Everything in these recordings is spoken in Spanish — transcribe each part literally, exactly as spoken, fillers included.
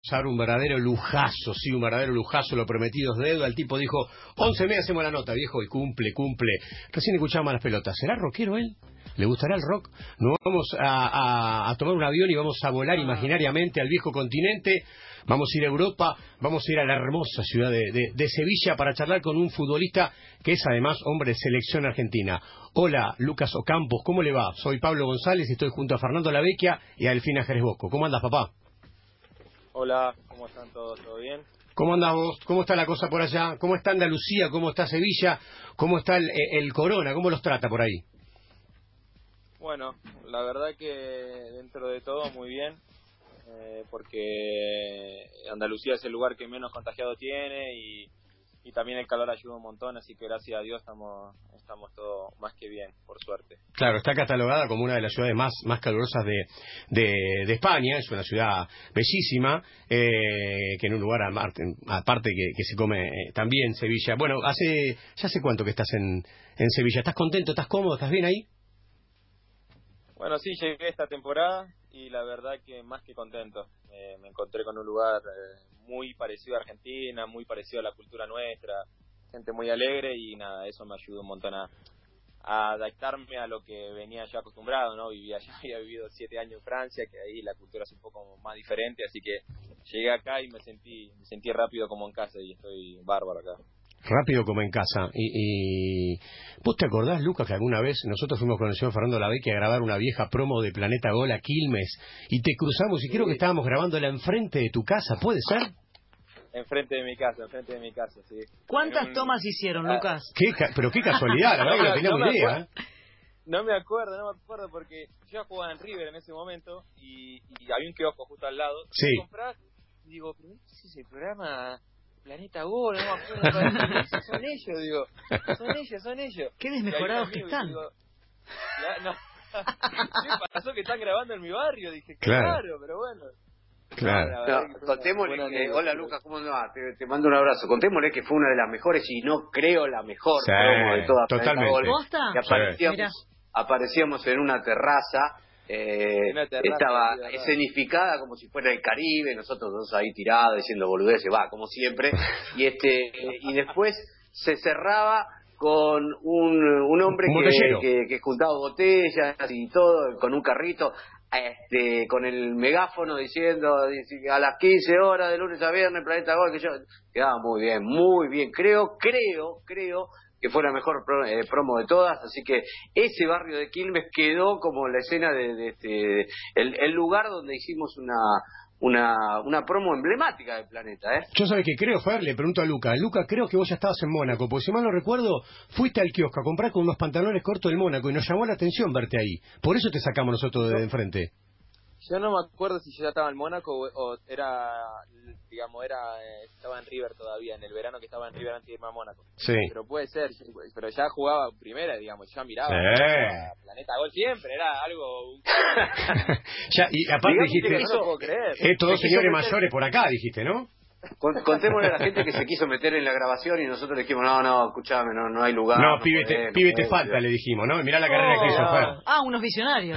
Dar un verdadero lujazo, sí, un verdadero lujazo, lo prometido es deuda. El tipo dijo, once y media hacemos la nota, viejo, y cumple, cumple. Recién escuchamos las pelotas. ¿Será rockero él? ¿Le gustará el rock? Nos vamos a, a, a tomar un avión y vamos a volar imaginariamente al viejo continente. Vamos a ir a Europa, vamos a ir a la hermosa ciudad de, de, de Sevilla para charlar con un futbolista que es además hombre de selección argentina. Hola, Lucas Ocampos, ¿cómo le va? Soy Pablo González y estoy junto a Fernando Lavecchia y a Delfina Jerez Bosco. ¿Cómo andas, papá? Hola, ¿cómo están todos? ¿Todo bien? ¿Cómo andás vos? ¿Cómo está la cosa por allá? ¿Cómo está Andalucía? ¿Cómo está Sevilla? ¿Cómo está el, el Corona? ¿Cómo los trata por ahí? Bueno, la verdad que dentro de todo muy bien, eh, porque Andalucía es el lugar que menos contagiado tiene y, y también el calor ayuda un montón, así que gracias a Dios estamos estamos todo más que bien, por suerte. Claro, está catalogada como una de las ciudades más, más calurosas de, de, de España, es una ciudad bellísima, eh, que en un lugar aparte, aparte que, que se come eh, también Sevilla. Bueno, hace ya hace cuánto que estás en, en Sevilla. ¿Estás contento? ¿Estás cómodo? ¿Estás bien ahí? Bueno, sí, llegué esta temporada y la verdad que más que contento. Eh, me encontré con un lugar eh, muy parecido a Argentina, muy parecido a la cultura nuestra, gente muy alegre y nada, eso me ayudó un montón a, a adaptarme a lo que venía ya acostumbrado, ¿no? Vivía ya, había vivido siete años en Francia, que ahí la cultura es un poco más diferente, así que llegué acá y me sentí, me sentí rápido como en casa y estoy bárbaro acá. Rápido como en casa. Y, y ¿vos te acordás, Lucas, que alguna vez nosotros fuimos con el señor Fernando Lavecchia a grabar una vieja promo de Planeta Gol a Quilmes y te cruzamos y sí. Creo que estábamos grabándola enfrente de tu casa, ¿puede ser? Enfrente de mi casa, enfrente de mi casa, sí. ¿Cuántas un... tomas hicieron, ah, Lucas? ¿Qué ca... Pero qué casualidad, la verdad no, que no teníamos no idea. ¿eh? No me acuerdo, no me acuerdo porque yo ya jugaba en River en ese momento y, y había un kiosco justo al lado. Sí. Y comprás, y digo, pero ¿qué es ese programa? Planeta Gol, no me acuerdo. Son ellos, digo. Son ellos, son ellos. Qué desmejorados que están. Digo, ya, no. ¿Qué pasó que están grabando en mi barrio? Dije, claro, claro pero bueno. Claro. No, contémosle que, hola Lucas, ¿cómo va? Te, te mando un abrazo. Contémosle que fue una de las mejores y no creo la mejor sí, promo de toda totalmente. Planeta Gol. Que aparecíamos, sí. aparecíamos en una terraza. Eh, terraza, estaba sí, escenificada como si fuera el Caribe, nosotros dos ahí tirados diciendo boludeces, va, como siempre, y este y después se cerraba con un, un hombre un que, que, que juntaba botellas y todo, con un carrito, este con el megáfono diciendo a las quince horas de lunes a viernes Planeta Gol, que yo quedaba muy bien, muy bien, creo, creo, creo que fue la mejor pro, eh, promo de todas, así que ese barrio de Quilmes quedó como la escena de, de, de, de el, el lugar donde hicimos una una una promo emblemática del Planeta, ¿eh? Yo sabés que creo, Fer, le pregunto a Luca, Luca, creo que vos ya estabas en Mónaco, porque si mal no recuerdo, fuiste al kiosco a comprar con unos pantalones cortos del Mónaco y nos llamó la atención verte ahí, por eso te sacamos nosotros de enfrente. Yo no me acuerdo si yo ya estaba en Mónaco o, o era, digamos, era estaba en River todavía, en el verano que estaba en River antes de irme a Mónaco. Sí. Pero puede ser, pero ya jugaba primera, digamos, ya miraba. Sí. Planeta Gol siempre, era algo... ya, y aparte digamos dijiste, que no lo puedo creer. Estos dos señores mayores por acá, dijiste, ¿no? Contémosle a la gente que se quiso meter en la grabación y nosotros le dijimos, no, no, escuchame, no, no hay lugar. No, no pibe, te, podemos, pibe te no falta, le dijimos, ¿no? Mirá la carrera oh, que hizo Fer. Ah, unos visionarios.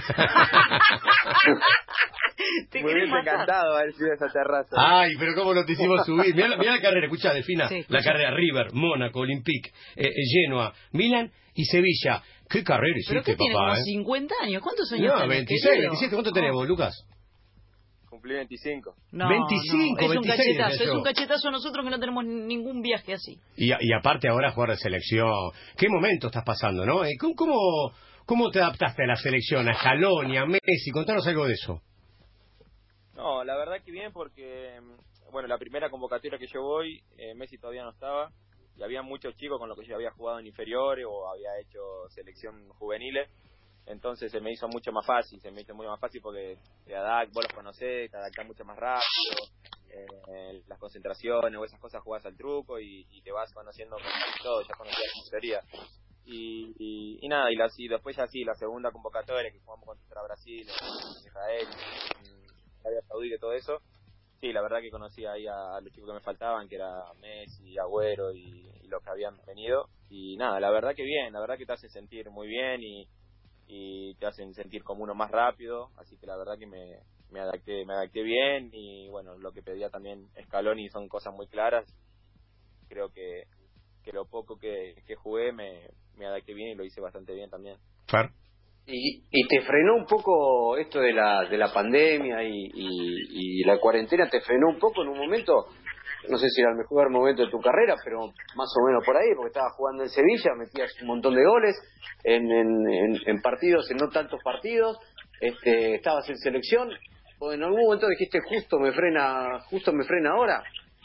Te me hubiese encantado haber sido esa terraza. Ay, pero cómo no te hicimos subir. Mirá la, mirá la carrera, escuchá, Delfina. Sí, escucha. La carrera River, Mónaco, Olympique, eh, Genoa, Milan y Sevilla. ¿Qué carrera hiciste, ¿Pero qué tiene, papá? como eh? cincuenta años? ¿Cuántos años No, tenés, veintiséis, querido? veintisiete. ¿Cuánto tenés vos, Lucas? Cumplí veinticinco. No, veinticinco, no. Es veintiséis, un cachetazo, es un cachetazo a nosotros que no tenemos ningún viaje así. Y, y aparte ahora jugar de selección. ¿Qué momento estás pasando, no? ¿Cómo, cómo, cómo te adaptaste a la selección, a Scaloni, a Messi? Contanos algo de eso. No, la verdad que bien porque, bueno, la primera convocatoria que yo voy, eh, Messi todavía no estaba y había muchos chicos con los que yo había jugado en inferiores o había hecho selección juveniles. Entonces se me hizo mucho más fácil, se me hizo mucho más fácil porque te adaptas, vos los conocés, te adaptás mucho más rápido, eh, las concentraciones o esas cosas jugás al truco y, y te vas conociendo con todo, ya conocías la sería. Y, y, y nada, y, la, y después ya sí, la segunda convocatoria que jugamos contra Brasil, Israel, Arabia Saudita y todo eso, sí, la verdad que conocí ahí a, a los chicos que me faltaban, que era Messi, Agüero y, y los que habían venido. Y nada, la verdad que bien, la verdad que te hace sentir muy bien y y te hacen sentir como uno más rápido, así que la verdad que me, me adapté, me adapté bien y bueno, lo que pedía también Scaloni son cosas muy claras. Creo que, que lo poco que, que jugué me, me adapté bien y lo hice bastante bien también. Far. ¿Y, y te frenó un poco esto de la de la pandemia y, y, y la cuarentena? ¿Te frenó un poco en un momento? No sé si era el mejor momento de tu carrera, pero más o menos por ahí, porque estabas jugando en Sevilla, metías un montón de goles en, en, en, en partidos, en no tantos partidos, este, estabas en selección, o en algún momento dijiste justo me frena, justo me frena ahora.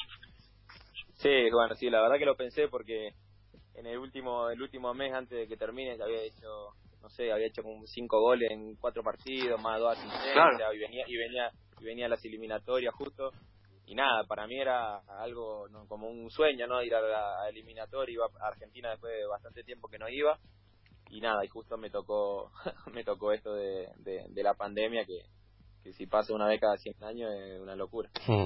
Sí, bueno, sí, la verdad que lo pensé porque en el último el último mes antes de que termine ya había hecho, no sé, había hecho como cinco goles en cuatro partidos, más dos asistencias, claro. y venía y venía y venía las eliminatorias justo. Y nada, para mí era algo, ¿no?, como un sueño, ¿no? Ir a la eliminatoria, iba a Argentina después de bastante tiempo que no iba. Y nada, y justo me tocó me tocó esto de, de, de la pandemia, que, que si pasa una vez cada cien años es una locura. Sí,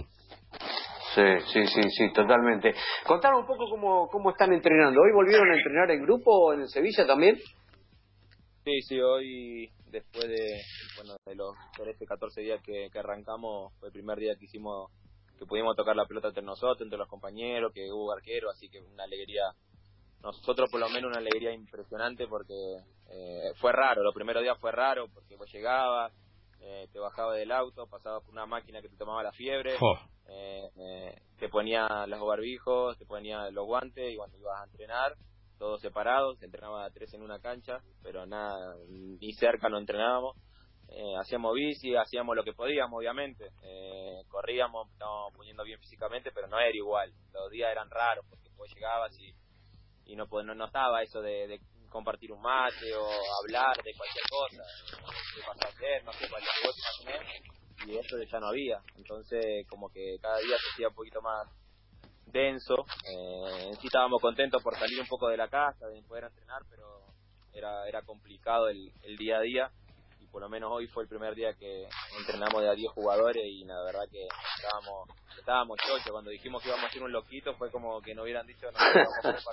sí, sí, sí, totalmente. Contanos un poco cómo, cómo están entrenando. ¿Hoy volvieron a entrenar en grupo en el Sevilla también? Sí, sí, hoy después de, bueno, de los trece, catorce días que, que arrancamos, fue el primer día que hicimos, que pudimos tocar la pelota entre nosotros, entre los compañeros, que hubo arquero, así que una alegría, nosotros por lo menos una alegría impresionante porque eh, fue raro, los primeros días fue raro porque vos llegabas, eh, te bajabas del auto, pasabas por una máquina que te tomaba la fiebre, oh. eh, eh, te ponía los barbijos, te ponía los guantes y cuando ibas a entrenar, todos separados, se entrenaba a tres en una cancha, pero nada, ni cerca no entrenábamos. Eh, hacíamos bici, hacíamos lo que podíamos, obviamente, eh, corríamos, estábamos poniendo bien físicamente, pero no era igual, los días eran raros, porque vos llegabas y, y no, no, no estaba eso de, de compartir un mate o hablar de cualquier cosa, de pasar a hacer, no sé, cualquier cosa, y eso ya no había, entonces como que cada día se hacía un poquito más denso, eh, en sí estábamos contentos por salir un poco de la casa, de poder entrenar, pero era, era complicado el, el día a día. Por lo menos hoy fue el primer día que entrenamos de a diez jugadores y la verdad que estábamos estábamos chochos. Cuando dijimos que íbamos a ser un loquito fue como que nos hubieran dicho no, vamos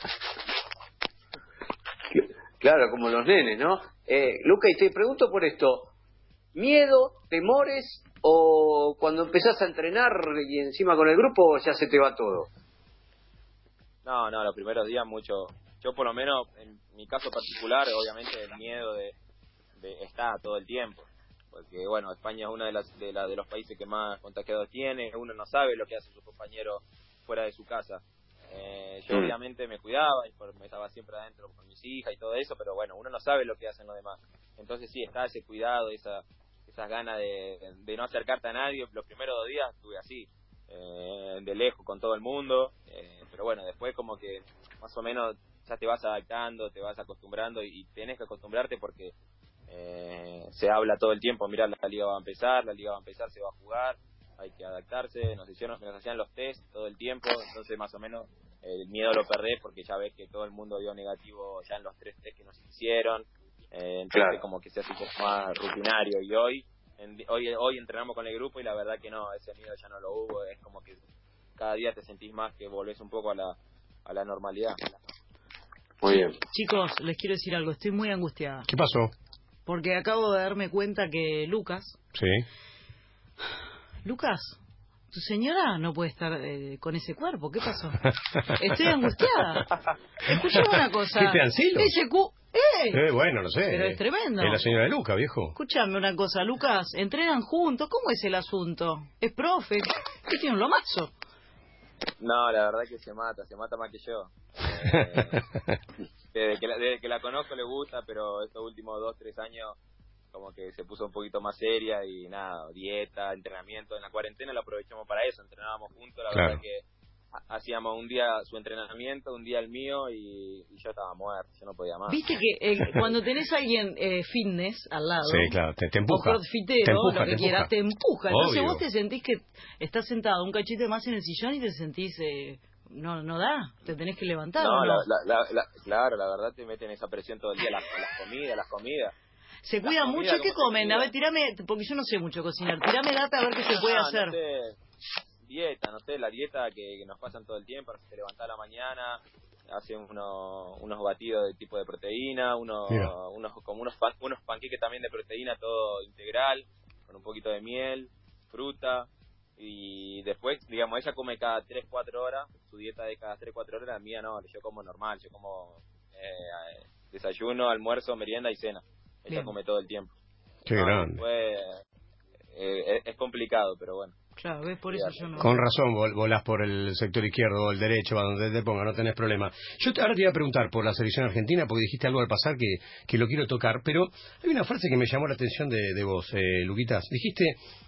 a Claro, como los nenes, ¿no? Eh, Luca, y te pregunto por esto, ¿miedo, temores o cuando empezás a entrenar y encima con el grupo ya se te va todo? No, no, los primeros días mucho. Yo por lo menos, en mi caso particular, obviamente el miedo de De, está todo el tiempo, porque bueno, España es uno de, las, de, la, de los países que más contagiados tiene, uno no sabe lo que hace su compañero fuera de su casa. Eh, yo mm. obviamente me cuidaba y por, me estaba siempre adentro con mis hijas y todo eso, pero bueno, uno no sabe lo que hacen los demás. Entonces sí, está ese cuidado, esa esas ganas de, de no acercarte a nadie. Los primeros dos días estuve así, eh, de lejos con todo el mundo, eh, pero bueno, después como que más o menos ya te vas adaptando, te vas acostumbrando y, y tenés que acostumbrarte porque Eh, se habla todo el tiempo, mirá, la liga va a empezar, la liga va a empezar, se va a jugar, hay que adaptarse, nos hicieron, nos hacían los test todo el tiempo, entonces más o menos el miedo lo perdés porque ya ves que todo el mundo dio negativo ya en los tres test que nos hicieron, eh, entonces claro. como que se hace un poco más rutinario y hoy, en, hoy hoy entrenamos con el grupo y la verdad que no, ese miedo ya no lo hubo, es como que cada día te sentís más que volvés un poco a la, a la normalidad. Muy bien. Chicos, les quiero decir algo, estoy muy angustiada. ¿Qué pasó? Porque acabo de darme cuenta que Lucas... Sí. Lucas, tu señora no puede estar eh, con ese cuerpo. ¿Qué pasó? Estoy angustiada. Escuchame una cosa. ¿Qué te ansilo? Ese cu... ¡Eh! Eh, bueno, no sé. Pero es tremendo. Es la señora de Lucas, viejo. Escuchame una cosa, Lucas. ¿Entrenan juntos? ¿Cómo es el asunto? ¿Es profe? ¿Qué tiene un lomazo? No, la verdad que se mata, se mata más que yo. Eh, desde, que la, desde que la conozco le gusta, pero estos últimos dos, tres años como que se puso un poquito más seria y nada, dieta, entrenamiento. En la cuarentena lo aprovechamos para eso, entrenábamos juntos, la claro. verdad que hacíamos un día su entrenamiento, un día el mío y, y yo estaba muerto, yo no podía más. Viste que eh, cuando tenés a alguien eh, fitness al lado, sí, claro, te, te empuja, o crossfitero, te empuja, lo que te quieras, empuja. te empuja. Entonces Obvio. vos te sentís que estás sentado un cachito más en el sillón y te sentís... Eh, no no da, te tenés que levantar. No, ¿o no? La, la, la, la, claro, la verdad te meten esa presión todo el día, las, las comidas, las comidas. Se cuida mucho, ¿qué comen? A ver, tirame, porque yo no sé mucho cocinar, tirame data a ver qué se puede no, hacer. No sé, dieta, no sé, la dieta que, que nos pasan todo el tiempo, se levanta a la mañana, hace uno, unos batidos de tipo de proteína, uno, unos como unos, pan, unos panqueques también de proteína, todo integral, con un poquito de miel. disfruta. Y después, digamos, ella come cada tres cuatro horas, su dieta de cada tres cuatro horas, la mía no, yo como normal, yo como eh, desayuno, almuerzo, merienda y cena. Ella Bien. come todo el tiempo. Qué no, grande. Después, eh, es, es complicado, pero bueno. Claro, ves, por eso yo no... Con razón vol volás por el sector izquierdo o el derecho, a donde te ponga, no tenés problema. Yo te, ahora te iba a preguntar por la selección argentina, porque dijiste algo al pasar que, que lo quiero tocar, pero hay una frase que me llamó la atención de, de vos, eh, Luquitas. Dijiste...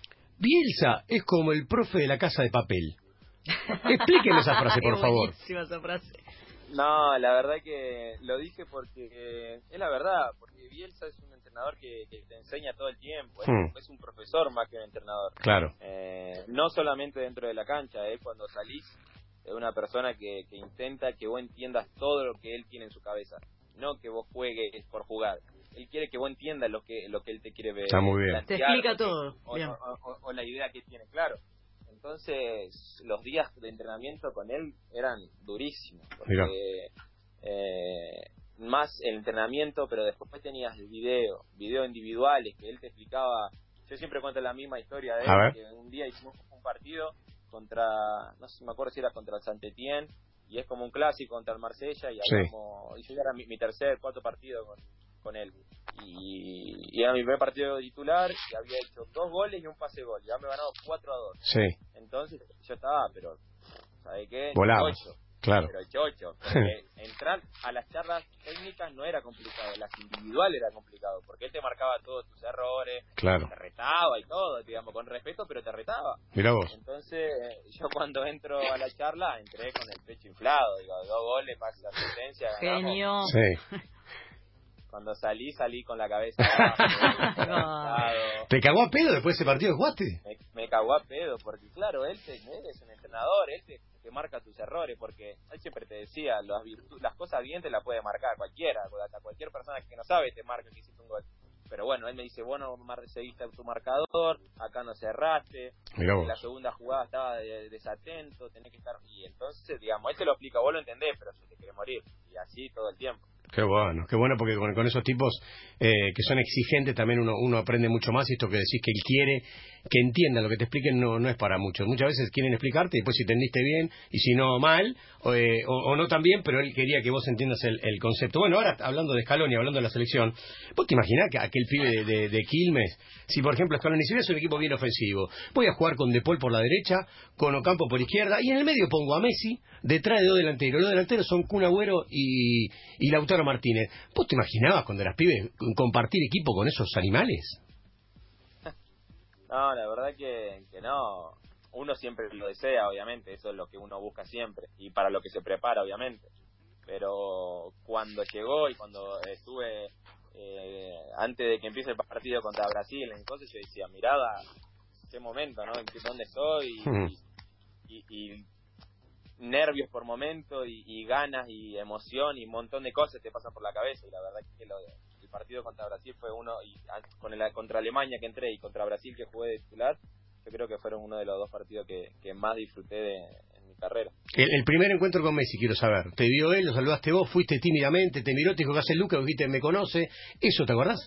Bielsa es como el profe de la Casa de Papel. Explíqueme esa frase, por favor. Esa frase. No, la verdad que lo dije porque es la verdad, porque Bielsa es un entrenador que, que te enseña todo el tiempo, es, hmm. es un profesor más que un entrenador. Claro. Eh, no solamente dentro de la cancha, es cuando salís, es una persona que, que intenta que vos entiendas todo lo que él tiene en su cabeza, no que vos juegues por jugar. Él quiere que vos entiendas lo que lo que él te quiere ver. Está muy bien. Te explica todo. O, bien. O, o, o la idea que tiene, claro. Entonces, los días de entrenamiento con él eran durísimos. Porque eh, más el entrenamiento, pero después tenías el video, videos individuales que él te explicaba. Yo siempre cuento la misma historia de él, que un día hicimos un partido contra, no sé si me acuerdo si era contra el Saint-Étienne, y es como un clásico contra el Marsella, y, hablamos, sí. y yo era mi, mi tercer, cuarto partido con con él y, y era mi primer partido titular y había hecho dos goles y un pase gol y ya me ganado cuatro a dos. Sí. Entonces yo estaba, pero ¿sabe qué? Volabas, chocho, claro. Pero chocho, porque entrar a las charlas técnicas no era complicado, las individuales era complicado, porque él te marcaba todos tus errores, claro. te retaba y todo, digamos, con respeto, pero te retaba. Mirá vos. Entonces yo cuando entro a la charla entré con el pecho inflado, digo, dos goles, más asistencia, genio. Sí. Cuando salí, salí con la cabeza abajo, no. ¿Te cagó a pedo después de ese partido de jugaste? Me, me cagó a pedo, porque claro, él, te, él es un entrenador, él te, te marca tus errores, porque él siempre te decía, las, virtu las cosas bien te las puede marcar cualquiera, hasta cualquier persona que no sabe te marca que hiciste un gol. Pero bueno, él me dice, vos no seguiste tu marcador, acá no cerraste, en la segunda jugada estaba desatento, tenés que estar... Y entonces, digamos, él te lo explica, vos lo entendés, pero se te quiere morir, y así todo el tiempo. Qué bueno, qué bueno porque con, con esos tipos eh, que son exigentes también uno, uno aprende mucho más, y esto que decís que él quiere que entienda lo que te expliquen no, no es para muchos. Muchas veces quieren explicarte y después si entendiste bien y si no mal o, eh, o, o no tan bien, pero él quería que vos entiendas el, el concepto. Bueno, ahora hablando de Scaloni, hablando de la selección, ¿vos te imaginás que aquel pibe de, de, de Quilmes, si por ejemplo Scaloni, si ves un equipo bien ofensivo, voy a jugar con De Paul por la derecha, con Ocampo por izquierda y en el medio pongo a Messi detrás de dos delanteros, los delanteros son Kun Agüero y, y Lautaro Martínez? ¿Vos te imaginabas cuando eras pibe compartir equipo con esos animales? No, la verdad que, que no. Uno siempre lo desea, obviamente, eso es lo que uno busca siempre y para lo que se prepara, obviamente. Pero cuando llegó y cuando estuve eh, antes de que empiece el partido contra Brasil, entonces yo decía, mirada, qué momento, ¿no? ¿En qué, dónde estoy? Y, y, y nervios por momento y, y ganas y emoción y un montón de cosas te pasan por la cabeza, y la verdad que lo, el partido contra Brasil fue uno, y con el, contra Alemania que entré y contra Brasil que jugué de titular, yo creo que fueron uno de los dos partidos que, que más disfruté de, en mi carrera. El, el primer encuentro con Messi, quiero saber, ¿te vio él, lo saludaste vos, fuiste tímidamente, te miró, te dijo que hace Lucas, dijiste me conoce, eso te acordás?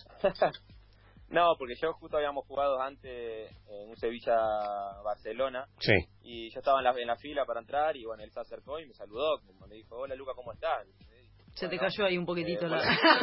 No, porque yo justo habíamos jugado antes en un Sevilla-Barcelona. Sí. Y yo estaba en la, en la fila para entrar y bueno, él se acercó y me saludó. Me dijo, hola Luca, ¿cómo estás? Dije, se bueno, te cayó ahí un poquitito eh, la...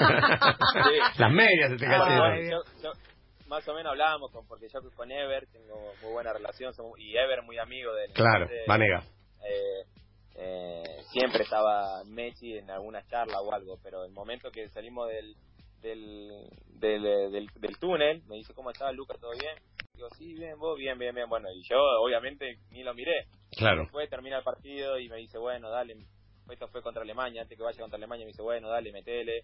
sí. Las medias se te cayeron. Ah, yo, yo, más o menos hablábamos, con, porque yo con Ever tengo muy buena relación somos, y Ever muy amigo de él. Claro, entonces, Vanega. Eh, eh, siempre estaba Messi en alguna charla o algo, pero el momento que salimos del... Del, del, del, del túnel, me dice, ¿cómo estás, Lucas? ¿Todo bien? Digo, sí, bien, vos, bien, bien, bien. Bueno, y yo, obviamente, ni lo miré. Claro. Después termina el partido y me dice, bueno, dale, esto fue contra Alemania, antes que vaya contra Alemania, me dice, bueno, dale, metele,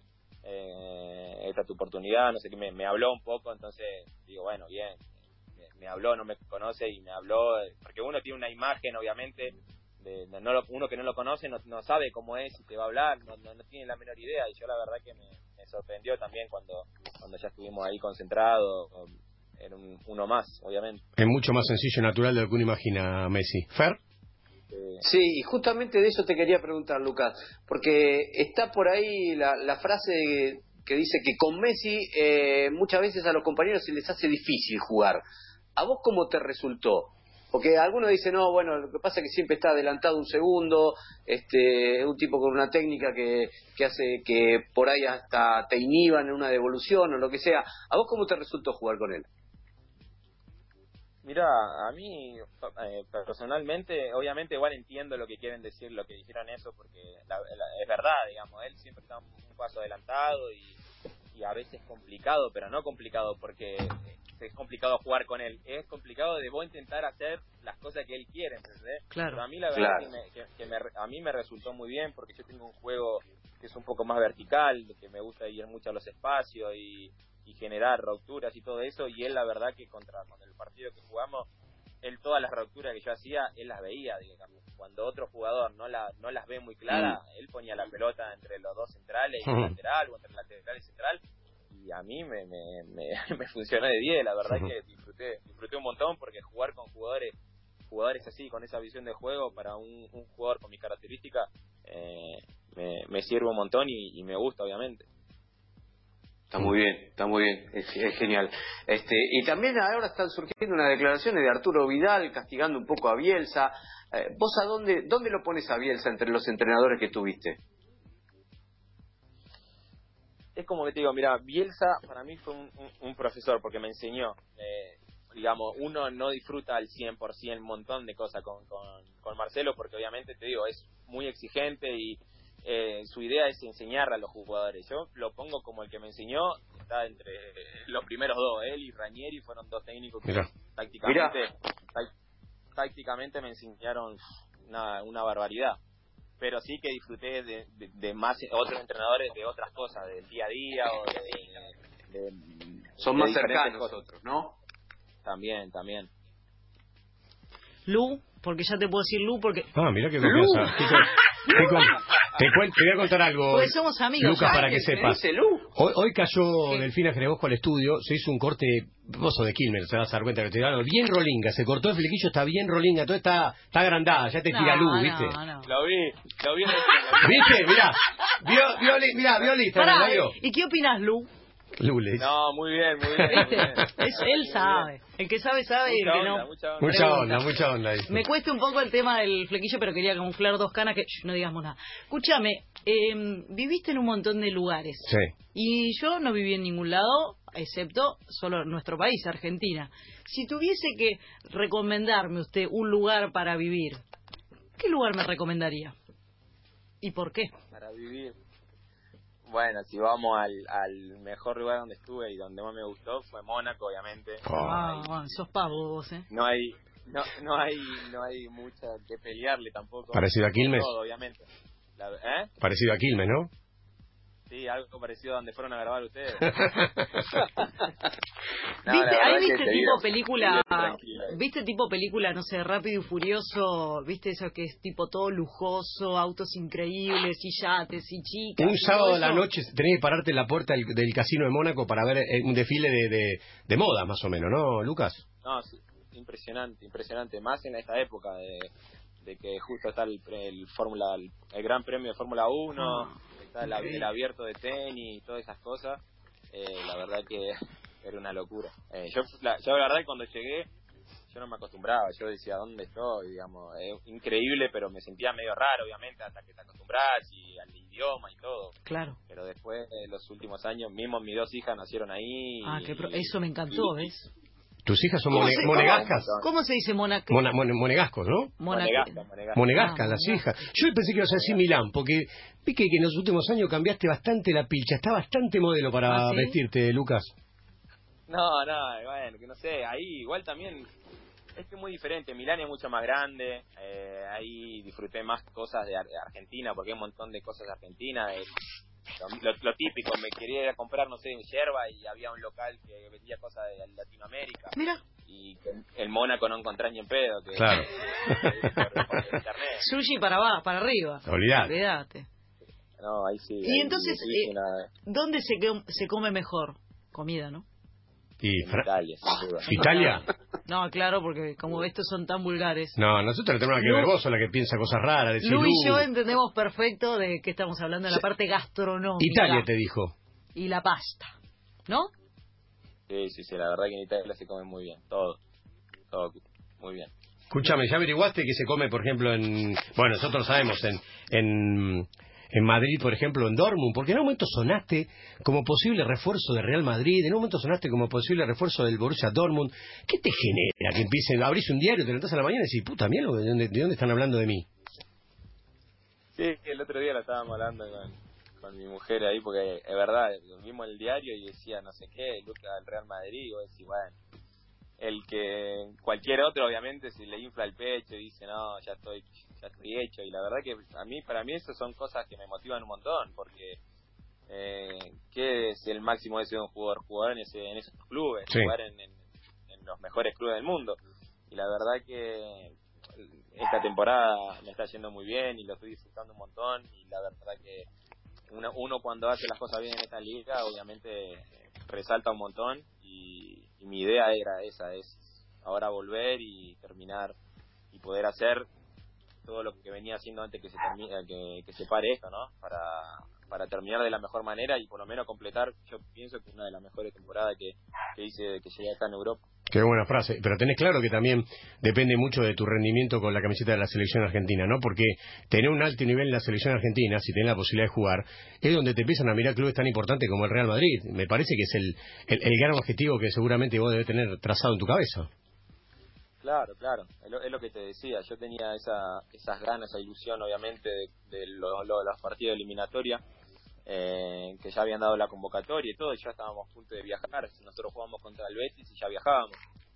eh, esta es tu oportunidad, no sé qué, me, me habló un poco, entonces, digo, bueno, bien, me, me habló, no me conoce y me habló, porque uno tiene una imagen, obviamente, de, de no lo, uno que no lo conoce no, no sabe cómo es y te va a hablar, no, no, no tiene la menor idea, y yo la verdad que me, me sorprendió también cuando cuando ya estuvimos ahí concentrados, era un, uno más, obviamente. Es mucho más sencillo y natural de lo que uno imagina, Messi. ¿Fer? Eh... Sí, y justamente de eso te quería preguntar, Lucas, porque está por ahí la, la frase que dice que con Messi eh, muchas veces a los compañeros se les hace difícil jugar. ¿A vos cómo te resultó? Porque algunos dicen, no, bueno, lo que pasa es que siempre está adelantado un segundo, este, un tipo con una técnica que, que hace que por ahí hasta te inhiban en una devolución o lo que sea. ¿A vos cómo te resultó jugar con él? Mira, a mí eh, personalmente, obviamente igual entiendo lo que quieren decir, lo que dijeron eso, porque la, la, es verdad, digamos, él siempre está un paso adelantado y, y a veces complicado, pero no complicado porque es complicado jugar con él, es complicado de vos intentar hacer las cosas que él quiere, ¿entendés? Claro. Pero a mí la verdad Claro. que, me, que, que me, a mí me resultó muy bien porque yo tengo un juego que es un poco más vertical, que me gusta ir mucho a los espacios y, y generar rupturas y todo eso, y él la verdad que contra con el partido que jugamos, él todas las rupturas que yo hacía, él las veía, digamos. Cuando otro jugador no la no las ve muy clara, mm. él ponía la pelota entre los dos centrales y el lateral, o entre el lateral y central, y a mí me, me, me, me funcionó de diez, la verdad que disfruté disfruté un montón, porque jugar con jugadores jugadores así, con esa visión de juego, para un, un jugador con mis características, eh, me, me sirve un montón y, y me gusta, obviamente. Está muy bien, está muy bien, es, es genial. Este, y también ahora están surgiendo unas declaraciones de Arturo Vidal castigando un poco a Bielsa. Eh, ¿Vos a dónde, dónde lo pones a Bielsa entre los entrenadores que tuviste? Es como que te digo, mira, Bielsa para mí fue un, un, un profesor porque me enseñó. Eh, digamos, uno no disfruta al cien por ciento un montón de cosas con, con, con Marcelo, porque obviamente, te digo, es muy exigente y eh, su idea es enseñar a los jugadores. Yo lo pongo como el que me enseñó, está entre los primeros dos, él y Ranieri fueron dos técnicos que Mirá. tácticamente, tá, tácticamente me enseñaron una, una barbaridad. Pero sí que disfruté de, de, de más otros entrenadores, de otras cosas, del día a día o de... de, de Son de más cercanos cosas. Otros, ¿no? También, también. Lu, porque ya te puedo decir Lu, porque... Ah, mira qué confianza. Te, te, te, te voy a contar algo, porque somos amigos. Lucas, ¿sabes? para que sepas. ¿Qué dice Lu? Hoy, hoy cayó ¿Qué? Delfina Grebosco al estudio, se hizo un corte, vos sos de Quilmes, se vas a dar cuenta que te digo, bien rolinga, se cortó el flequillo, está bien rolinga, todo está, está agrandada, ya te tira No, luz, no, ¿viste? no. Lo vi, lo vi. ¿Viste? Mirá, vio, vio, mirá, vio el Instagram, Pará, ¿la vio? ¿y qué opinas, Lu? Lules. No, muy bien, muy bien. ¿Viste? Muy bien. Es, él sabe. El que sabe, sabe. Y el Mucha que onda, no... mucha onda. Mucha pregunta. onda, mucha onda. Dice. Me cuesta un poco el tema del flequillo, pero quería camuflar dos canas que shh, no digamos nada. Escúchame, eh, viviste en un montón de lugares. Sí. Y yo no viví en ningún lado, excepto solo nuestro país, Argentina. Si tuviese que recomendarme usted un lugar para vivir, ¿qué lugar me recomendaría? ¿Y por qué? Para vivir. Bueno, si vamos al, al mejor lugar donde estuve y donde más me gustó fue Mónaco, obviamente. Ah, bueno, sos pavo vos, ¿eh? No hay, no, no hay, no hay mucha que pelearle tampoco. Parecido a Quilmes. Todo, obviamente. La, ¿Eh? Parecido a Quilmes, ¿no? Sí, algo parecido a donde fueron a grabar ustedes. ¿Viste? No, la verdad Ahí que viste te tipo digo, película, tranquila. viste tipo película, no sé, Rápido y Furioso, viste eso que es tipo todo lujoso, autos increíbles y yates y chicas. Un y sábado todo a la eso? noche tenés que pararte en la puerta del, del casino de Mónaco para ver eh, un desfile de, de, de moda, más o menos, ¿no, Lucas? No, sí, impresionante, impresionante. Más en esta época de, de que justo está el, el Fórmula, el, el Gran Premio de Fórmula uno, Ah, está el, el abierto de tenis y todas esas cosas. Eh, la verdad que era una locura. Eh, yo, la, yo la verdad que cuando llegué yo no me acostumbraba, yo decía, ¿dónde estoy? Digamos, es increíble, pero me sentía medio raro, obviamente, hasta que te acostumbras y al idioma y todo. Claro. Pero después, eh, los últimos años, mismo mis dos hijas nacieron ahí. Ah, y, qué pro... eso me encantó, y, ¿ves? Tus hijas son ¿Cómo mone, se- monegascas. ¿Cómo, cómo se dice monaco? Mona- mon- monegascos, ¿no? Monegasca, Monegasca. Monegascas, Ah, las Monegasca. hijas. Yo pensé que ibas a decir Milán, porque vi que, que en los últimos años cambiaste bastante la pilcha. Está bastante modelo para ¿Ah, sí? vestirte, Lucas. No, no, bueno, que no sé, ahí igual también es que es muy diferente. Milán es mucho más grande, eh, ahí disfruté más cosas de, Ar- de Argentina, porque hay un montón de cosas de Argentina. eh, lo, lo- lo típico, me quería ir a comprar, no sé, yerba y había un local que vendía cosas de Latinoamérica. Mira, Y que el Mónaco no encontré ni en pedo. Que, Claro. que- por, por internet. sushi para abajo, para arriba. Olvidate. Olvídate. No, ahí sí. Y ahí entonces, sí, sí, eh, nada, ¿Dónde se, que- se come mejor? Comida, ¿no? ¿Y en Fra- Italia, sin duda. Italia? No, claro, porque como estos son tan vulgares. No, nosotros no tenemos nada que Lu- ver. Vos sos la que piensa cosas raras. Decís, Lu y "Uh, yo entendemos perfecto de qué estamos hablando en la parte gastronómica. Italia te dijo. Y la pasta, ¿no? Sí, sí, sí, la verdad que en Italia se come muy bien, todo. todo muy bien. Escúchame, ¿ya averiguaste que se come, por ejemplo, en... Bueno, nosotros sabemos, en... en... En Madrid, por ejemplo, en Dortmund, porque en un momento sonaste como posible refuerzo de Real Madrid, en un momento sonaste como posible refuerzo del Borussia Dortmund. ¿Qué te genera que empiecen, abrís un diario, te levantás a la mañana y decís, puta mierda, ¿de dónde, de dónde están hablando de mí? Sí, el otro día lo estábamos hablando con, con mi mujer ahí, porque es verdad, vimos el diario y decía no sé qué, Lucas del Real Madrid, y vos decís, bueno, el que cualquier otro obviamente si le infla el pecho y dice, no, ya estoy... ya estoy hecho, y la verdad que a mí para mí eso son cosas que me motivan un montón, porque eh, ¿qué es el máximo de ser un jugador? Jugar en, ese, en esos clubes, sí. jugar en, en, en los mejores clubes del mundo, y la verdad que esta temporada me está yendo muy bien y lo estoy disfrutando un montón, y la verdad que uno, uno cuando hace las cosas bien en esta liga obviamente resalta un montón, y, y mi idea era esa, es ahora volver y terminar y poder hacer todo lo que venía haciendo antes que se termine, que, que se pare esto, ¿no? Para, para terminar de la mejor manera y por lo menos completar, yo pienso que una de las mejores temporadas que, que hice de que llegué acá en Europa. Qué buena frase, pero tenés claro que también depende mucho de tu rendimiento con la camiseta de la selección argentina, ¿no? Porque tener un alto nivel en la selección argentina, si tenés la posibilidad de jugar, es donde te empiezan a mirar clubes tan importantes como el Real Madrid. Me parece que es el, el, el gran objetivo que seguramente vos debes tener trazado en tu cabeza. Claro, claro, es lo, es lo que te decía, yo tenía esa, esas ganas, esa ilusión obviamente de, de lo, lo, los partidos de eliminatoria, eh, que ya habían dado la convocatoria y todo, y ya estábamos a punto de viajar, nosotros jugábamos contra el Betis y ya viajábamos,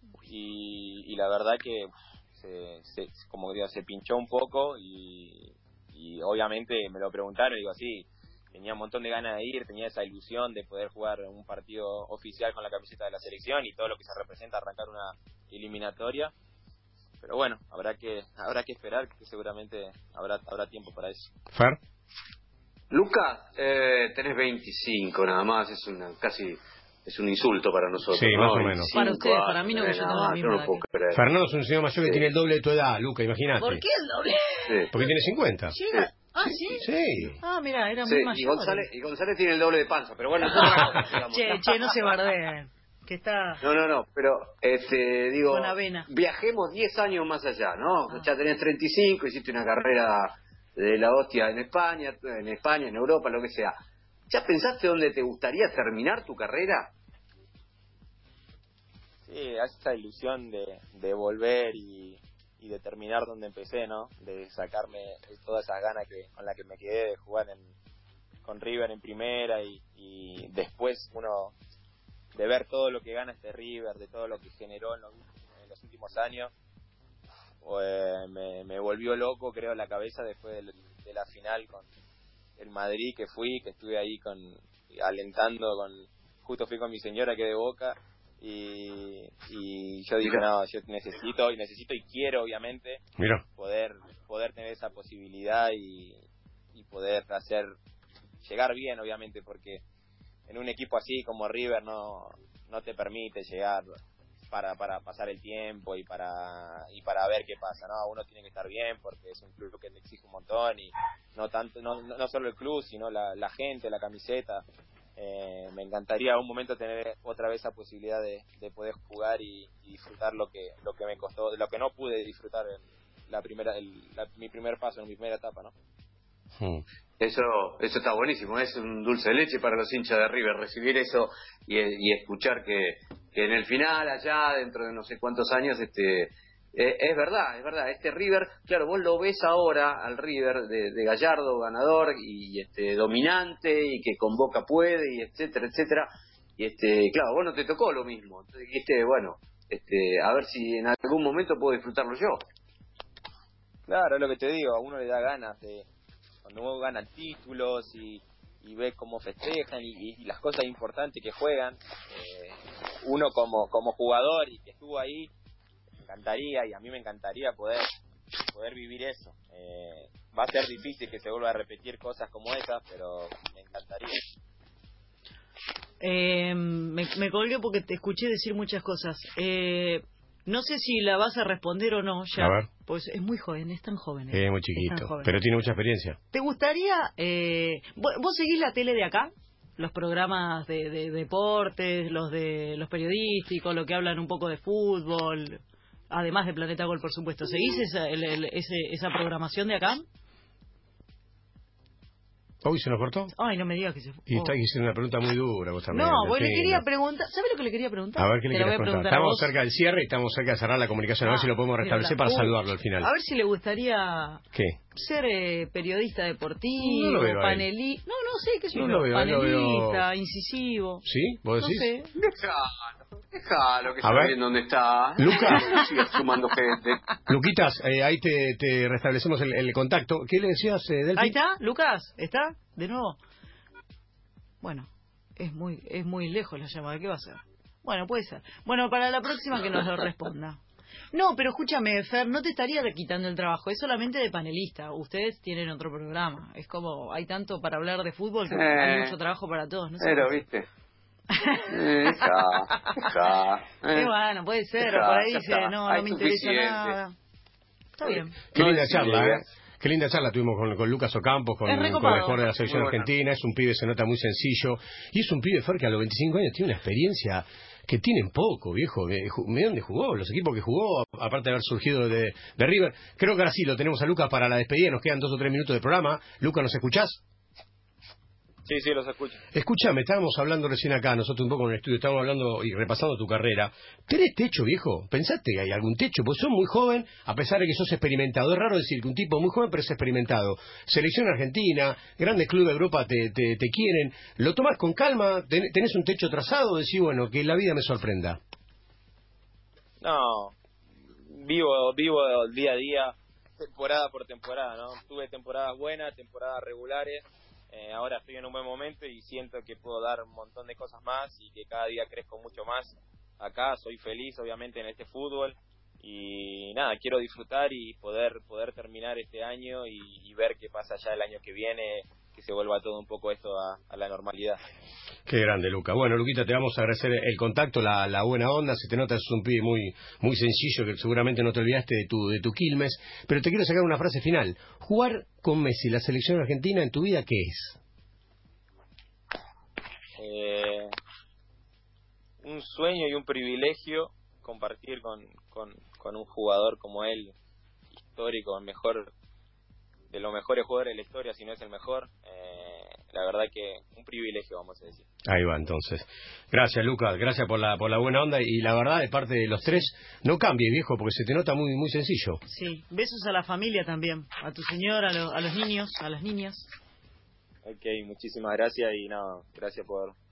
y, y la verdad que se, se, como digo, se pinchó un poco, y, y obviamente me lo preguntaron y digo, sí, tenía un montón de ganas de ir, tenía esa ilusión de poder jugar un partido oficial con la camiseta de la selección y todo lo que se representa arrancar una eliminatoria, pero bueno, habrá que habrá que esperar, que seguramente habrá habrá tiempo para eso. Fer. Lucas, eh, tenés veinticinco nada más, es una casi es un insulto para nosotros. Sí, ¿no? más o menos. Para ustedes, para mí no, que yo tengo la misma no edad. puedo creer. Fernando es un señor mayor que Sí. tiene el doble de tu edad, Luca, imagínate. ¿Por qué el doble? Sí. Porque tiene cincuenta. Llega. Ah, ¿sí? Sí. Ah, mira, era Sí, muy y mayor. González, y González tiene el doble de panza, pero bueno, es otra cosa, digamos. Che, che, no se bardeen. Que está... No, no, no, pero este, digo, Con avena. viajemos diez años más allá, ¿no? Ah. Ya tenés treinta y cinco, hiciste una carrera de la hostia en España, en España, en Europa, lo que sea. ¿Ya pensaste dónde te gustaría terminar tu carrera? Sí, esa ilusión de, de volver y, y de terminar donde empecé, ¿no? De sacarme todas esas ganas que con las que me quedé de jugar en, con River en primera y, y después uno de ver todo lo que gana este River, de todo lo que generó en los, en los últimos años, pues me, me volvió loco, creo, la cabeza después de, de la final con el Madrid, que fui, que estuve ahí con alentando, con justo fui con mi señora que es de Boca, y, y yo dije, no, yo necesito y necesito y quiero obviamente Mira. poder poder tener esa posibilidad y, y poder hacer llegar bien, obviamente, porque en un equipo así como River no no te permite llegar para para pasar el tiempo y para y para ver qué pasa, no, uno tiene que estar bien porque es un club que te exige un montón, y no tanto no no solo el club, sino la la gente, la camiseta. Eh, me encantaría un momento tener otra vez esa posibilidad de, de poder jugar y, y disfrutar lo que lo que me costó, lo que no pude disfrutar en la primera el, la, mi primer paso, en mi primera etapa, ¿no? Hmm. Eso eso está buenísimo, es un dulce de leche para los hinchas de River recibir eso y, y escuchar que, que en el final, allá dentro de no sé cuántos años, este eh, es verdad, es verdad, este River, claro, vos lo ves ahora al River de, de Gallardo, ganador y este dominante y que con Boca puede y etcétera, etcétera, y este claro, vos no te tocó lo mismo, entonces dijiste, bueno, este a ver si en algún momento puedo disfrutarlo yo. Claro, es lo que te digo, a uno le da ganas de cuando uno gana títulos y, y ve cómo festejan y, y las cosas importantes que juegan, eh, uno como como jugador y que estuvo ahí, me encantaría, y a mí me encantaría poder poder vivir eso. Eh, va a ser difícil que se vuelva a repetir cosas como esas, pero me encantaría. Eh, me, me colgué porque te escuché decir muchas cosas. Eh, no sé si la vas a responder o no ya. A ver. Pues es muy joven, es tan joven. Es muy Es chiquito, tan joven. pero tiene mucha experiencia. ¿Te gustaría... Eh, ¿vos, vos seguís la tele de acá? Los programas de, de deportes, los de los periodísticos, lo que hablan un poco de fútbol. Además de Planeta Gol, por supuesto. ¿Seguís esa, el, el, ese, esa programación de acá? ¿Hoy se nos cortó? Ay, no me digas que se... Y oh. está diciendo una pregunta muy dura vos también. No, vos le Delfina. quería preguntar... ¿Sabes lo que le quería preguntar? A ver, ¿qué le Te querés lo voy a preguntar? preguntar a Estamos vos. cerca del cierre y estamos cerca de cerrar la comunicación. A ver Ah, si lo podemos restablecer mírala. para Uh, saludarlo al final. A ver si le gustaría... ¿Qué? Ser eh, periodista deportivo, No lo veo a él. panelista... No, no sé, qué sé No yo. lo veo, lo Panelista, veo- incisivo... ¿Sí? ¿Vos No decís? sé. Déjalo, déjalo que A se ver. bien dónde está. Lucas. No sigas sumando gente. Luquitas, eh, ahí te, te restablecemos el, el contacto. ¿Qué le decías, eh, Delphi? Ahí está, Lucas, ¿está? De nuevo. Bueno, es muy es muy lejos la llamada, ¿qué va a hacer? Bueno, puede ser. Bueno, para la próxima que nos lo responda. No, pero escúchame, Fer, no te estaría quitando el trabajo, es solamente de panelista. Ustedes tienen otro programa. Es como, hay tanto para hablar de fútbol que Eh, hay mucho trabajo para todos. No sé Pero, qué- viste. Eh, Deja, deja. Eh, eh. bueno, puede ser, Deja, o por ahí ya dice, está. no, Hay no me interesa suficiente. nada. Está bien. Qué No linda decís charla, ¿eh? ideas. Qué linda charla tuvimos con, con Lucas Ocampos, con, Es con recopado. el jugador de la selección Muy bueno. argentina. Es un pibe, se nota muy sencillo. Y es un pibe, Fer, que a los veinticinco años tiene una experiencia que tienen poco, viejo. ¿De dónde jugó? Los equipos que jugó, aparte de haber surgido de, de River. Creo que ahora sí lo tenemos a Lucas para la despedida. Nos quedan dos o tres minutos de programa. Lucas, ¿nos escuchás? Sí, sí, los escucho. Escúchame, estábamos hablando recién acá, nosotros un poco en el estudio, estábamos hablando y repasando tu carrera. ¿Tenés techo, viejo? ¿Pensaste que hay algún techo? Pues sos muy joven, a pesar de que sos experimentado. Es raro decir que un tipo muy joven, pero es experimentado. Selección argentina, grandes clubes de Europa te, te, te quieren. ¿Lo tomás con calma? ¿Ten- ¿Tenés un techo trazado? Decís, bueno, que la vida me sorprenda. No, vivo, vivo día a día, temporada por temporada, ¿no? Tuve temporadas buenas, temporadas regulares. Eh, ahora estoy en un buen momento y siento que puedo dar un montón de cosas más y que cada día crezco mucho más acá. Soy feliz, obviamente, en este fútbol y nada, quiero disfrutar y poder poder terminar este año y, y ver qué pasa ya el año que viene, que se vuelva todo un poco esto a, a la normalidad. Qué grande, Luca. Bueno, Luquita, te vamos a agradecer el contacto, la, la buena onda. Se te nota, es un pibe muy, muy sencillo, que seguramente no te olvidaste de tu, de tu Quilmes. Pero te quiero sacar una frase final. Jugar con Messi, la selección argentina, en tu vida, ¿qué es? Eh, un sueño y un privilegio compartir con, con, con un jugador como él, histórico, el mejor de los mejores jugadores de la historia, si no es el mejor. Eh, la verdad que un privilegio, vamos a decir. Ahí va, entonces. Gracias, Lucas. Gracias por la, por la buena onda. Y la verdad, de parte de los tres, no cambies, viejo, porque se te nota muy, muy sencillo. Sí, besos a la familia también, a tu señora, a, lo- a los niños, a las niñas. Ok, muchísimas gracias y nada, gracias por